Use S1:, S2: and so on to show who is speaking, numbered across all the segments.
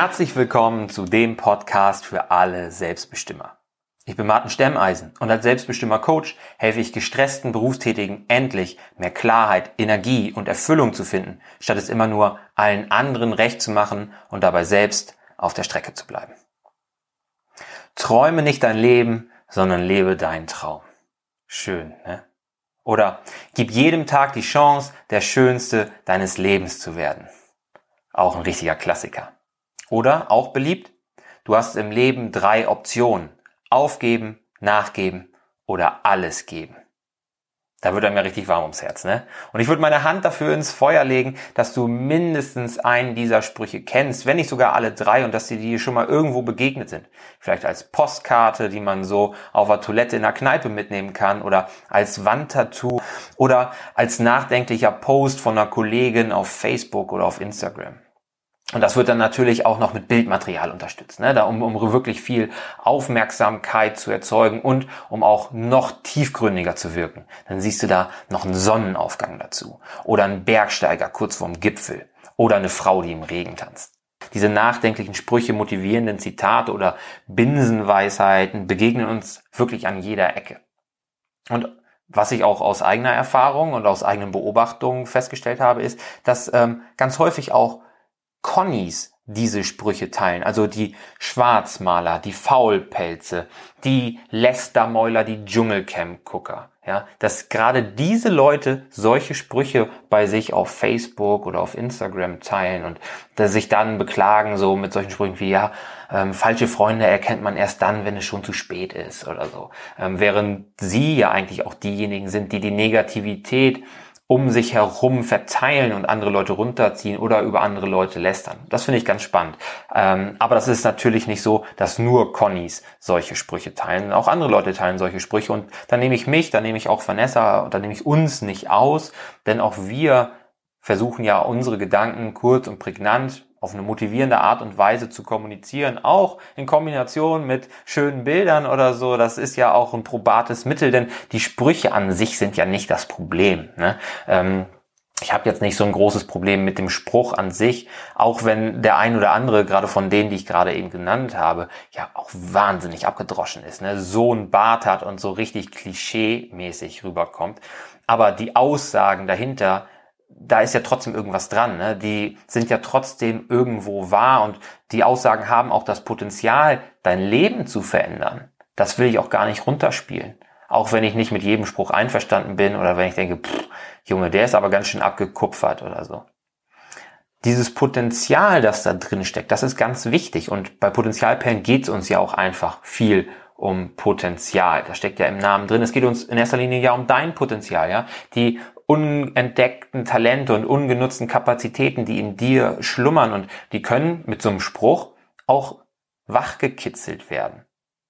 S1: Herzlich willkommen zu dem Podcast für alle Selbstbestimmer. Ich bin Martin Stemmeisen und als Selbstbestimmer-Coach helfe ich gestressten Berufstätigen endlich mehr Klarheit, Energie und Erfüllung zu finden, statt es immer nur allen anderen recht zu machen und dabei selbst auf der Strecke zu bleiben. Träume nicht dein Leben, sondern lebe deinen Traum. Schön, ne? Oder gib jedem Tag die Chance, der Schönste deines Lebens zu werden. Auch ein richtiger Klassiker. Oder, auch beliebt, du hast im Leben 3 Optionen. Aufgeben, nachgeben oder alles geben. Da wird einem ja richtig warm ums Herz, ne? Und ich würde meine Hand dafür ins Feuer legen, dass du mindestens einen dieser Sprüche kennst, wenn nicht sogar alle 3 und dass dir schon mal irgendwo begegnet sind. Vielleicht als Postkarte, die man so auf der Toilette in der Kneipe mitnehmen kann oder als Wandtattoo oder als nachdenklicher Post von einer Kollegin auf Facebook oder auf Instagram. Und das wird dann natürlich auch noch mit Bildmaterial unterstützt, ne? Um wirklich viel Aufmerksamkeit zu erzeugen und um auch noch tiefgründiger zu wirken. Dann siehst du da noch einen Sonnenaufgang dazu oder einen Bergsteiger kurz vorm Gipfel oder eine Frau, die im Regen tanzt. Diese nachdenklichen Sprüche, motivierenden Zitate oder Binsenweisheiten begegnen uns wirklich an jeder Ecke. Und was ich auch aus eigener Erfahrung und aus eigenen Beobachtungen festgestellt habe, ist, dass ganz häufig auch Connies diese Sprüche teilen, also die Schwarzmaler, die Faulpelze, die Lästermäuler, die Dschungelcamp-Gucker, ja, dass gerade diese Leute solche Sprüche bei sich auf Facebook oder auf Instagram teilen und dass sich dann beklagen so mit solchen Sprüchen wie, falsche Freunde erkennt man erst dann, wenn es schon zu spät ist oder so, während sie ja eigentlich auch diejenigen sind, die die Negativität um sich herum verteilen und andere Leute runterziehen oder über andere Leute lästern. Das finde ich ganz spannend. Aber das ist natürlich nicht so, dass nur Connies solche Sprüche teilen. Auch andere Leute teilen solche Sprüche. Und dann nehme ich mich, dann nehme ich auch Vanessa und dann nehme ich uns nicht aus. Denn auch wir versuchen ja unsere Gedanken kurz und prägnant auf eine motivierende Art und Weise zu kommunizieren, auch in Kombination mit schönen Bildern oder so. Das ist ja auch ein probates Mittel, denn die Sprüche an sich sind ja nicht das Problem, ne? Ich habe jetzt nicht so ein großes Problem mit dem Spruch an sich, auch wenn der ein oder andere, gerade von denen, die ich gerade eben genannt habe, ja auch wahnsinnig abgedroschen ist, ne? So ein Bart hat und so richtig klischee-mäßig rüberkommt. Aber die Aussagen dahinter, da ist ja trotzdem irgendwas dran, ne? Die sind ja trotzdem irgendwo wahr und die Aussagen haben auch das Potenzial, dein Leben zu verändern. Das will ich auch gar nicht runterspielen. Auch wenn ich nicht mit jedem Spruch einverstanden bin oder wenn ich denke, Junge, der ist aber ganz schön abgekupfert oder so. Dieses Potenzial, das da drin steckt, das ist ganz wichtig und bei Potenzialperlen geht es uns ja auch einfach viel um Potenzial. Das steckt ja im Namen drin. Es geht uns in erster Linie ja um dein Potenzial, ja. Die unentdeckten Talente und ungenutzten Kapazitäten, die in dir schlummern und die können mit so einem Spruch auch wachgekitzelt werden.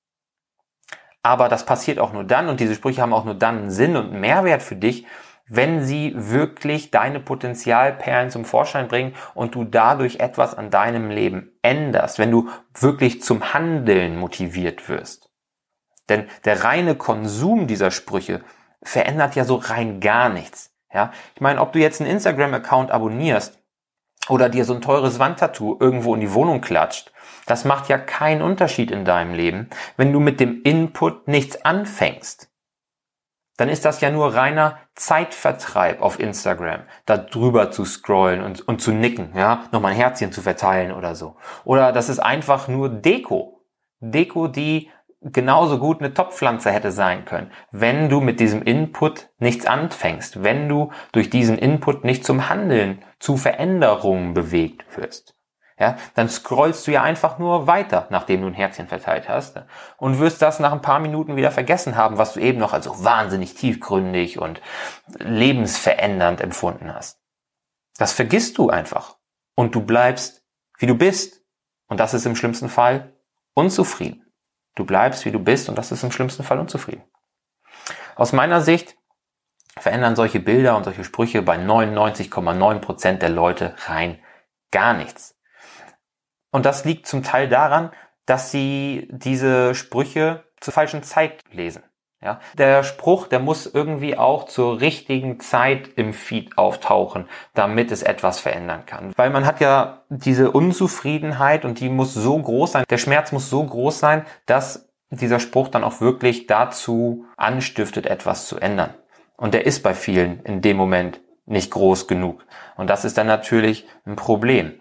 S1: Aber das passiert auch nur dann und diese Sprüche haben auch nur dann einen Sinn und einen Mehrwert für dich, wenn sie wirklich deine Potenzialperlen zum Vorschein bringen und du dadurch etwas an deinem Leben änderst, wenn du wirklich zum Handeln motiviert wirst. Denn der reine Konsum dieser Sprüche verändert ja so rein gar nichts. Ja, ich meine, ob du jetzt einen Instagram-Account abonnierst oder dir so ein teures Wandtattoo irgendwo in die Wohnung klatscht, das macht ja keinen Unterschied in deinem Leben, wenn du mit dem Input nichts anfängst. Dann ist das ja nur reiner Zeitvertreib auf Instagram, da drüber zu scrollen und zu nicken, ja, nochmal ein Herzchen zu verteilen oder so. Oder das ist einfach nur Deko. Deko, die genauso gut eine Topfpflanze hätte sein können, wenn du mit diesem Input nichts anfängst, wenn du durch diesen Input nicht zum Handeln, zu Veränderungen bewegt wirst. Ja, dann scrollst du ja einfach nur weiter, nachdem du ein Herzchen verteilt hast, und wirst das nach ein paar Minuten wieder vergessen haben, was du eben noch als so wahnsinnig tiefgründig und lebensverändernd empfunden hast. Das vergisst du einfach und du bleibst, wie du bist, und das ist im schlimmsten Fall unzufrieden. Du bleibst, wie du bist, und das ist im schlimmsten Fall unzufrieden. Aus meiner Sicht verändern solche Bilder und solche Sprüche bei 99,9% der Leute rein gar nichts. Und das liegt zum Teil daran, dass sie diese Sprüche zur falschen Zeit lesen. Ja, der Spruch, der muss irgendwie auch zur richtigen Zeit im Feed auftauchen, damit es etwas verändern kann. Weil man hat ja diese Unzufriedenheit und die muss so groß sein, der Schmerz muss so groß sein, dass dieser Spruch dann auch wirklich dazu anstiftet, etwas zu ändern. Und der ist bei vielen in dem Moment nicht groß genug. Und das ist dann natürlich ein Problem.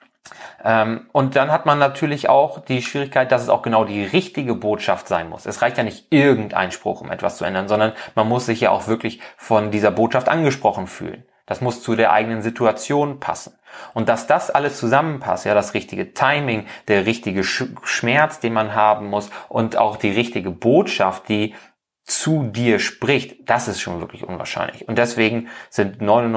S1: Und dann hat man natürlich auch die Schwierigkeit, dass es auch genau die richtige Botschaft sein muss. Es reicht ja nicht irgendein Spruch, um etwas zu ändern, sondern man muss sich ja auch wirklich von dieser Botschaft angesprochen fühlen. Das muss zu der eigenen Situation passen. Und dass das alles zusammenpasst, ja, das richtige Timing, der richtige Schmerz, den man haben muss und auch die richtige Botschaft, die zu dir spricht, das ist schon wirklich unwahrscheinlich. Und deswegen sind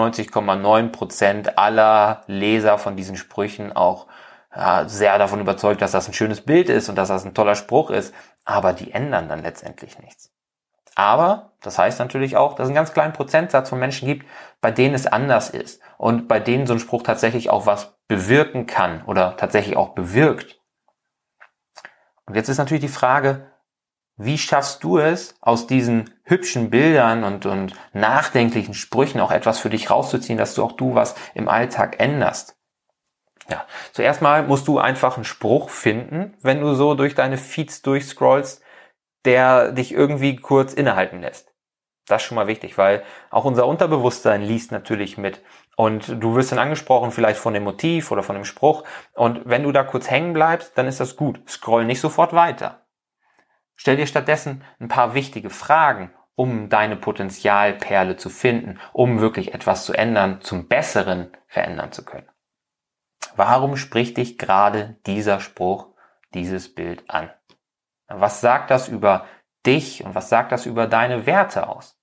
S1: 99,9% aller Leser von diesen Sprüchen auch sehr davon überzeugt, dass das ein schönes Bild ist und dass das ein toller Spruch ist. Aber die ändern dann letztendlich nichts. Aber das heißt natürlich auch, dass es einen ganz kleinen Prozentsatz von Menschen gibt, bei denen es anders ist und bei denen so ein Spruch tatsächlich auch was bewirken kann oder tatsächlich auch bewirkt. Und jetzt ist natürlich die Frage, wie schaffst du es, aus diesen hübschen Bildern und nachdenklichen Sprüchen auch etwas für dich rauszuziehen, dass du was im Alltag änderst? Ja, zuerst mal musst du einfach einen Spruch finden, wenn du so durch deine Feeds durchscrollst, der dich irgendwie kurz innehalten lässt. Das ist schon mal wichtig, weil auch unser Unterbewusstsein liest natürlich mit. Und du wirst dann angesprochen vielleicht von dem Motiv oder von dem Spruch. Und wenn du da kurz hängen bleibst, dann ist das gut. Scroll nicht sofort weiter. Stell dir stattdessen ein paar wichtige Fragen, um deine Potenzialperle zu finden, um wirklich etwas zu ändern, zum Besseren verändern zu können. Warum spricht dich gerade dieser Spruch, dieses Bild an? Was sagt das über dich und was sagt das über deine Werte aus?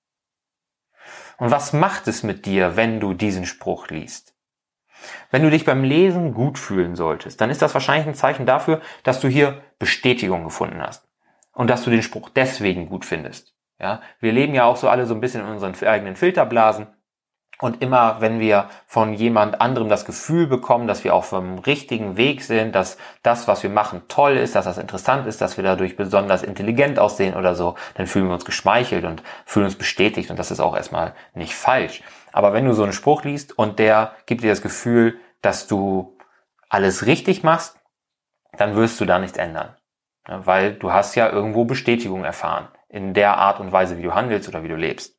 S1: Und was macht es mit dir, wenn du diesen Spruch liest? Wenn du dich beim Lesen gut fühlen solltest, dann ist das wahrscheinlich ein Zeichen dafür, dass du hier Bestätigung gefunden hast. Und dass du den Spruch deswegen gut findest. Ja, wir leben ja auch so alle so ein bisschen in unseren eigenen Filterblasen. Und immer, wenn wir von jemand anderem das Gefühl bekommen, dass wir auf dem richtigen Weg sind, dass das, was wir machen, toll ist, dass das interessant ist, dass wir dadurch besonders intelligent aussehen oder so, dann fühlen wir uns geschmeichelt und fühlen uns bestätigt. Und das ist auch erstmal nicht falsch. Aber wenn du so einen Spruch liest und der gibt dir das Gefühl, dass du alles richtig machst, dann wirst du da nichts ändern. Ja, weil du hast ja irgendwo Bestätigung erfahren in der Art und Weise, wie du handelst oder wie du lebst.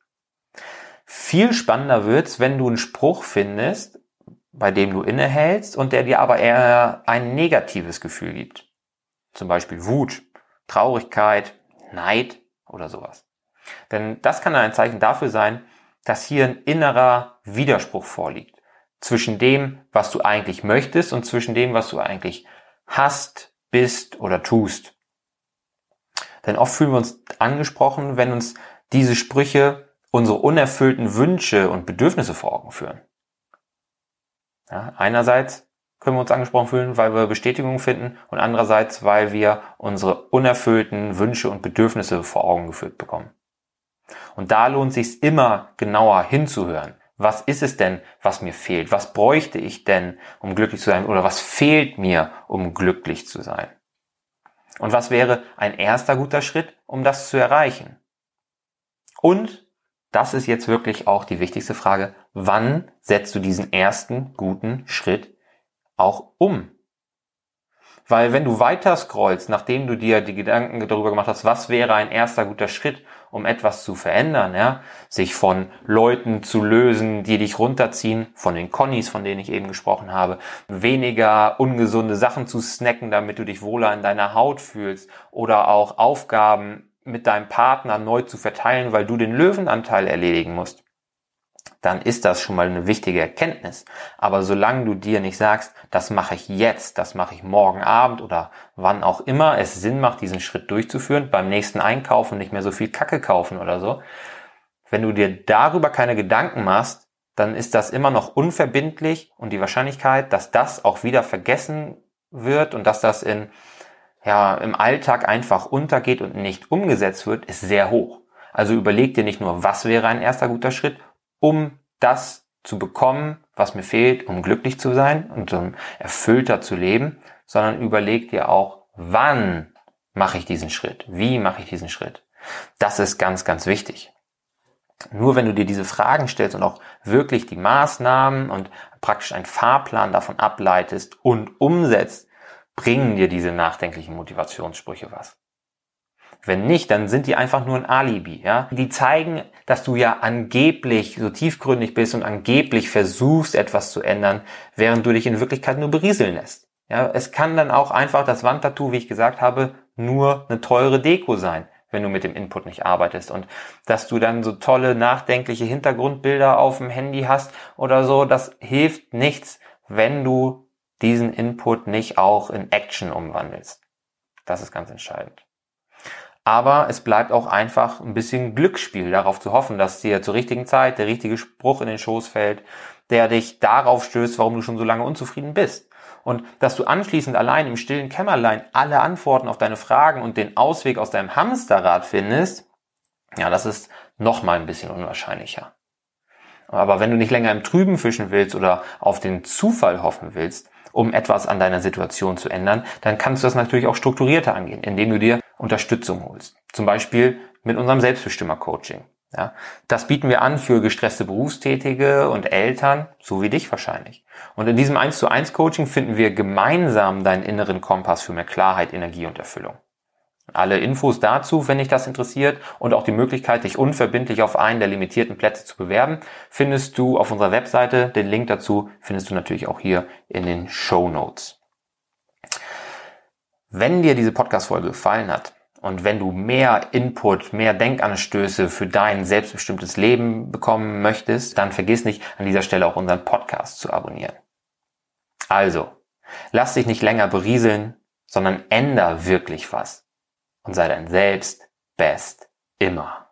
S1: Viel spannender wird's, wenn du einen Spruch findest, bei dem du innehältst und der dir aber eher ein negatives Gefühl gibt. Zum Beispiel Wut, Traurigkeit, Neid oder sowas. Denn das kann ein Zeichen dafür sein, dass hier ein innerer Widerspruch vorliegt. Zwischen dem, was du eigentlich möchtest und zwischen dem, was du eigentlich hast, bist oder tust. Denn oft fühlen wir uns angesprochen, wenn uns diese Sprüche unsere unerfüllten Wünsche und Bedürfnisse vor Augen führen. Ja, einerseits können wir uns angesprochen fühlen, weil wir Bestätigung finden und andererseits, weil wir unsere unerfüllten Wünsche und Bedürfnisse vor Augen geführt bekommen. Und da lohnt es sich immer genauer hinzuhören. Was ist es denn, was mir fehlt? Was bräuchte ich denn, um glücklich zu sein? Oder was fehlt mir, um glücklich zu sein? Und was wäre ein erster guter Schritt, um das zu erreichen? Und das ist jetzt wirklich auch die wichtigste Frage. Wann setzt du diesen ersten guten Schritt auch um? Weil wenn du weiter scrollst, nachdem du dir die Gedanken darüber gemacht hast, was wäre ein erster guter Schritt, um etwas zu verändern, ja, sich von Leuten zu lösen, die dich runterziehen, von den Connys, von denen ich eben gesprochen habe, weniger ungesunde Sachen zu snacken, damit du dich wohler in deiner Haut fühlst oder auch Aufgaben mit deinem Partner neu zu verteilen, weil du den Löwenanteil erledigen musst, dann ist das schon mal eine wichtige Erkenntnis. Aber solange du dir nicht sagst, das mache ich jetzt, das mache ich morgen Abend oder wann auch immer es Sinn macht, diesen Schritt durchzuführen, beim nächsten Einkaufen nicht mehr so viel Kacke kaufen oder so, wenn du dir darüber keine Gedanken machst, dann ist das immer noch unverbindlich und die Wahrscheinlichkeit, dass das auch wieder vergessen wird und dass das im Alltag einfach untergeht und nicht umgesetzt wird, ist sehr hoch. Also überleg dir nicht nur, was wäre ein erster guter Schritt, um das zu bekommen, was mir fehlt, um glücklich zu sein und um erfüllter zu leben, sondern überleg dir auch, wann mache ich diesen Schritt? Wie mache ich diesen Schritt? Das ist ganz, ganz wichtig. Nur wenn du dir diese Fragen stellst und auch wirklich die Maßnahmen und praktisch einen Fahrplan davon ableitest und umsetzt, bringen dir diese nachdenklichen Motivationssprüche was. Wenn nicht, dann sind die einfach nur ein Alibi, ja. Die zeigen, dass du ja angeblich so tiefgründig bist und angeblich versuchst, etwas zu ändern, während du dich in Wirklichkeit nur berieseln lässt. Ja, es kann dann auch einfach das Wandtattoo, wie ich gesagt habe, nur eine teure Deko sein, wenn du mit dem Input nicht arbeitest. Und dass du dann so tolle, nachdenkliche Hintergrundbilder auf dem Handy hast oder so, das hilft nichts, wenn du diesen Input nicht auch in Action umwandelst. Das ist ganz entscheidend. Aber es bleibt auch einfach ein bisschen Glücksspiel, darauf zu hoffen, dass dir zur richtigen Zeit der richtige Spruch in den Schoß fällt, der dich darauf stößt, warum du schon so lange unzufrieden bist. Und dass du anschließend allein im stillen Kämmerlein alle Antworten auf deine Fragen und den Ausweg aus deinem Hamsterrad findest, ja, das ist nochmal ein bisschen unwahrscheinlicher. Aber wenn du nicht länger im Trüben fischen willst oder auf den Zufall hoffen willst, um etwas an deiner Situation zu ändern, dann kannst du das natürlich auch strukturierter angehen, indem du dir Unterstützung holst. Zum Beispiel mit unserem Selbstbestimmer-Coaching. Ja, das bieten wir an für gestresste Berufstätige und Eltern, so wie dich wahrscheinlich. Und in diesem 1:1 Coaching finden wir gemeinsam deinen inneren Kompass für mehr Klarheit, Energie und Erfüllung. Alle Infos dazu, wenn dich das interessiert, und auch die Möglichkeit, dich unverbindlich auf einen der limitierten Plätze zu bewerben, findest du auf unserer Webseite. Den Link dazu findest du natürlich auch hier in den Shownotes. Wenn dir diese Podcast-Folge gefallen hat und wenn du mehr Input, mehr Denkanstöße für dein selbstbestimmtes Leben bekommen möchtest, dann vergiss nicht, an dieser Stelle auch unseren Podcast zu abonnieren. Also, lass dich nicht länger berieseln, sondern änder wirklich was. Und sei dein Selbst best immer.